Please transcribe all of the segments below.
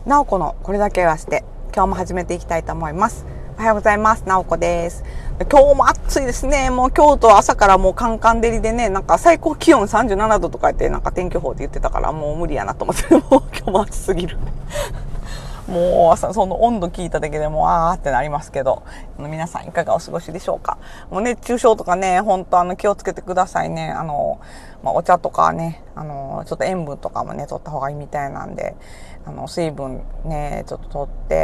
なおこのこれだけはして、今日も始めていきたいと思います。おはようございます。なおこです。今日も暑いですね。もう京都朝からもうカンカン照りでね、なんか最高気温37度とか言って、なんか天気予報で言ってたからもう無理やなと思って、もう今日も暑すぎる。もうその温度聞いただけでもうあーってなりますけど、皆さんいかがお過ごしでしょうか。もう熱中症とかね、本当気をつけてくださいね。お茶とかね、ちょっと塩分とかもね、取った方がいいみたいなんで、水分ね、ちょっと取って、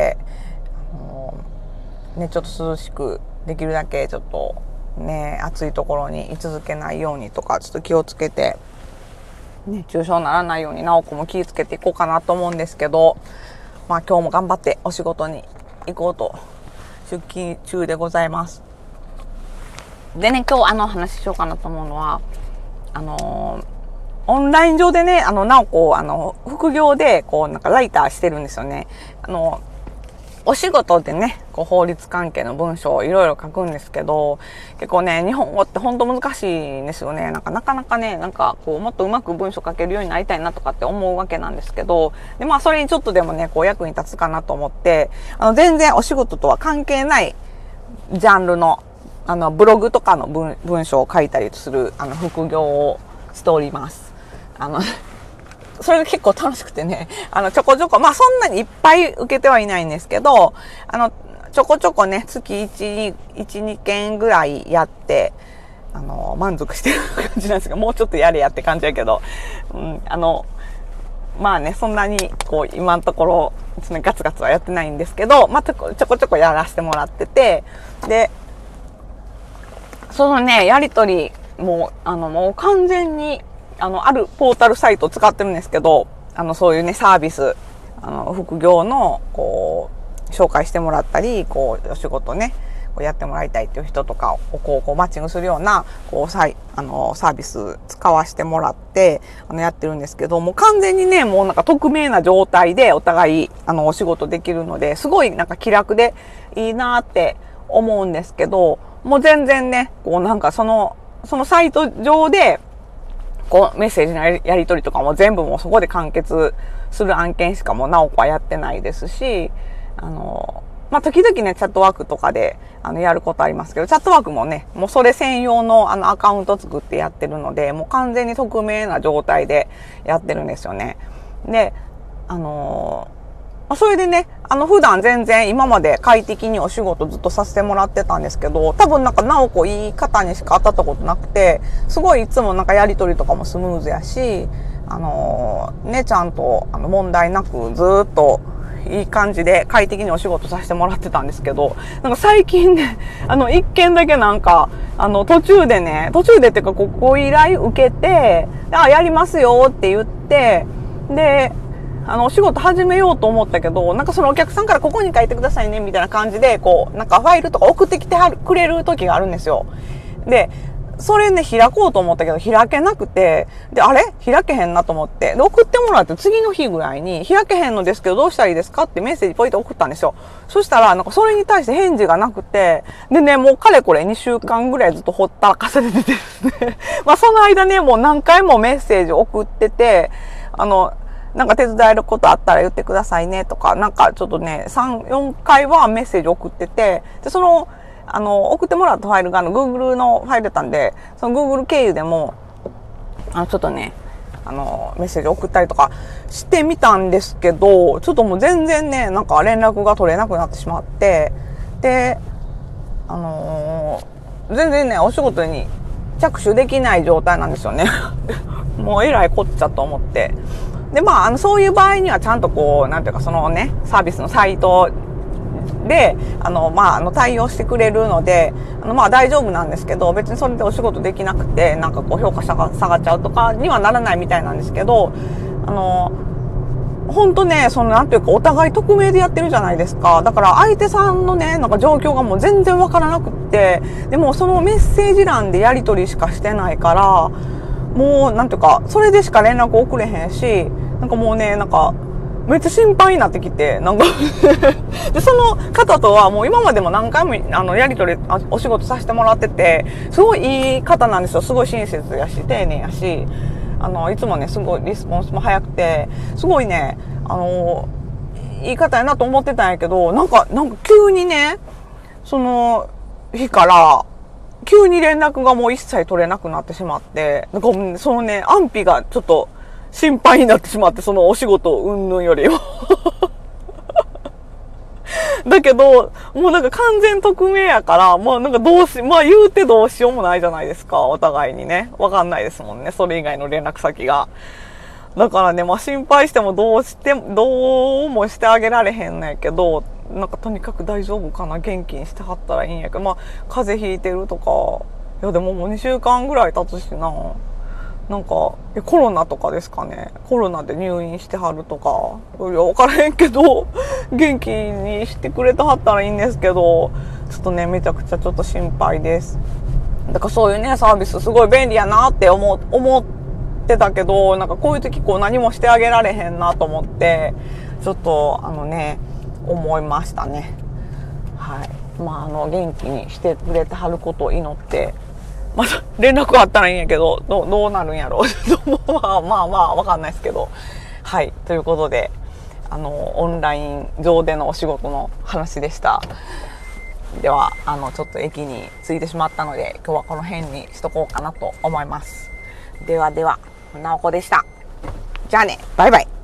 ね、ちょっと涼しくできるだけちょっとね、暑いところに居続けないようにとか、ちょっと気をつけて、熱中症にならないように、なおこも気をつけていこうかなと思うんですけど、まあ今日も頑張ってお仕事に行こうと出勤中でございます。でね、今日話しようかなと思うのは、オンライン上でね、なおこ副業でなんかライターしてるんですよね。お仕事でね、法律関係の文章をいろいろ書くんですけど、結構ね、日本語って本当難しいんですよね。なかなかね、もっとうまく文章書けるようになりたいなとかって思うわけなんですけど、で、まあそれにちょっとでもね、役に立つかなと思って、全然お仕事とは関係ないジャンルの、ブログとかの文章を書いたりする、副業をしております。それが結構楽しくてね、ちょこちょこ、まあそんなにいっぱい受けてはいないんですけど、ちょこちょこね、月1、2件ぐらいやって、満足してる感じなんですが、もうちょっとやれやって感じやけど、まあね、そんなに、今のところ、ガツガツはやってないんですけど、まあちょこちょこやらせてもらってて、で、そのね、やりとりもう完全に、あるポータルサイトを使ってるんですけど、そういうね、サービス、副業の、紹介してもらったり、お仕事ね、やってもらいたいっていう人とかをマッチングするような、サービス使わせてもらって、やってるんですけど、もう完全にね、もうなんか匿名な状態でお互い、お仕事できるので、すごいなんか気楽でいいなって思うんですけど、もう全然ね、なんかそのサイト上で、メッセージのやり取りとかも全部もうそこで完結する案件しかもうなおこはやってないですし、まあ、時々ね、チャットワークとかで、やることありますけど、チャットワークもね、もうそれ専用のアカウント作ってやってるので、もう完全に匿名な状態でやってるんですよね。で、それでね、普段全然今まで快適にお仕事ずっとさせてもらってたんですけど、多分なんかなおこいい方にしか当たったことなくて、すごいいつもなんかやりとりとかもスムーズやし、ね、ちゃんと問題なくずっといい感じで快適にお仕事させてもらってたんですけど、なんか最近ね、一件だけなんか、途中でっていうかご依頼受けて、やりますよって言って、で、お仕事始めようと思ったけど、なんかそのお客さんからここに書いてくださいね、みたいな感じで、なんかファイルとか送ってきてくれる時があるんですよ。で、それね、開こうと思ったけど、開けなくて、で、あれ開けへんなと思って。で、送ってもらって次の日ぐらいに、開けへんのですけどどうしたらいいですかってメッセージポイント送ったんですよ。そしたら、なんかそれに対して返事がなくて、でね、もうかれこれ2週間ぐらいずっとほったらかされててですね。まあその間ね、もう何回もメッセージ送ってて、なんか手伝えることあったら言ってくださいねとか、なんかちょっとね、3、4回はメッセージ送ってて、で、送ってもらったファイルがGoogle のファイルだったんで、その Google 経由でも、ちょっとね、メッセージ送ったりとかしてみたんですけど、ちょっともう全然ね、なんか連絡が取れなくなってしまって、で、全然ね、お仕事に着手できない状態なんですよね。もうえらいこっちゃと思って。で、まあ、そういう場合にはちゃんとなんていうかそのね、サービスのサイトで、まあ、対応してくれるので、まあ大丈夫なんですけど、別にそれでお仕事できなくて、なんか評価下がっちゃうとかにはならないみたいなんですけど、ほんとね、なんていうか、お互い匿名でやってるじゃないですか。だから相手さんのね、なんか状況がもう全然わからなくって、でもそのメッセージ欄でやり取りしかしてないから、もう、なんていうか、それでしか連絡送れへんし、なんかもうね、なんか、めっちゃ心配になってきて、なんかで、その方とはもう今までも何回も、やりとり、お仕事させてもらってて、すごいいい方なんですよ。すごい親切やし、丁寧やし、いつもね、すごいリスポンスも早くて、すごいね、 言い方やなと思ってたんやけど、なんか急にね、その日から、急に連絡がもう一切取れなくなってしまって、なんかそのね、安否がちょっと心配になってしまって、そのお仕事云々よりも。だけど、もうなんか完全匿名やから、もうなんかまあ言うてどうしようもないじゃないですか、お互いにね。わかんないですもんね、それ以外の連絡先が。だからね、まあ心配してもどうもしてあげられへんねんけど、なんかとにかく大丈夫かな、元気にしてはったらいいんやけど、まあ風邪ひいてるとか、いやでももう2週間ぐらい経つしな。なんか、コロナとかですかね。コロナで入院してはるとか。いや、わからへんけど、元気にしてくれてはったらいいんですけど、ちょっとね、めちゃくちゃちょっと心配です。だからそういうね、サービスすごい便利やなって思ってたけど、なんかこういう時こう何もしてあげられへんなと思って、ちょっと思いましたね。はい。まあ元気にしてくれてはることを祈って、また連絡あったらいいんやけど、どうなるんやろう。まあわかんないですけど。はい。ということで、オンライン上でのお仕事の話でした。では、ちょっと駅に着いてしまったので、今日はこの辺にしとこうかなと思います。ではでは、なおこでした。じゃあね、バイバイ。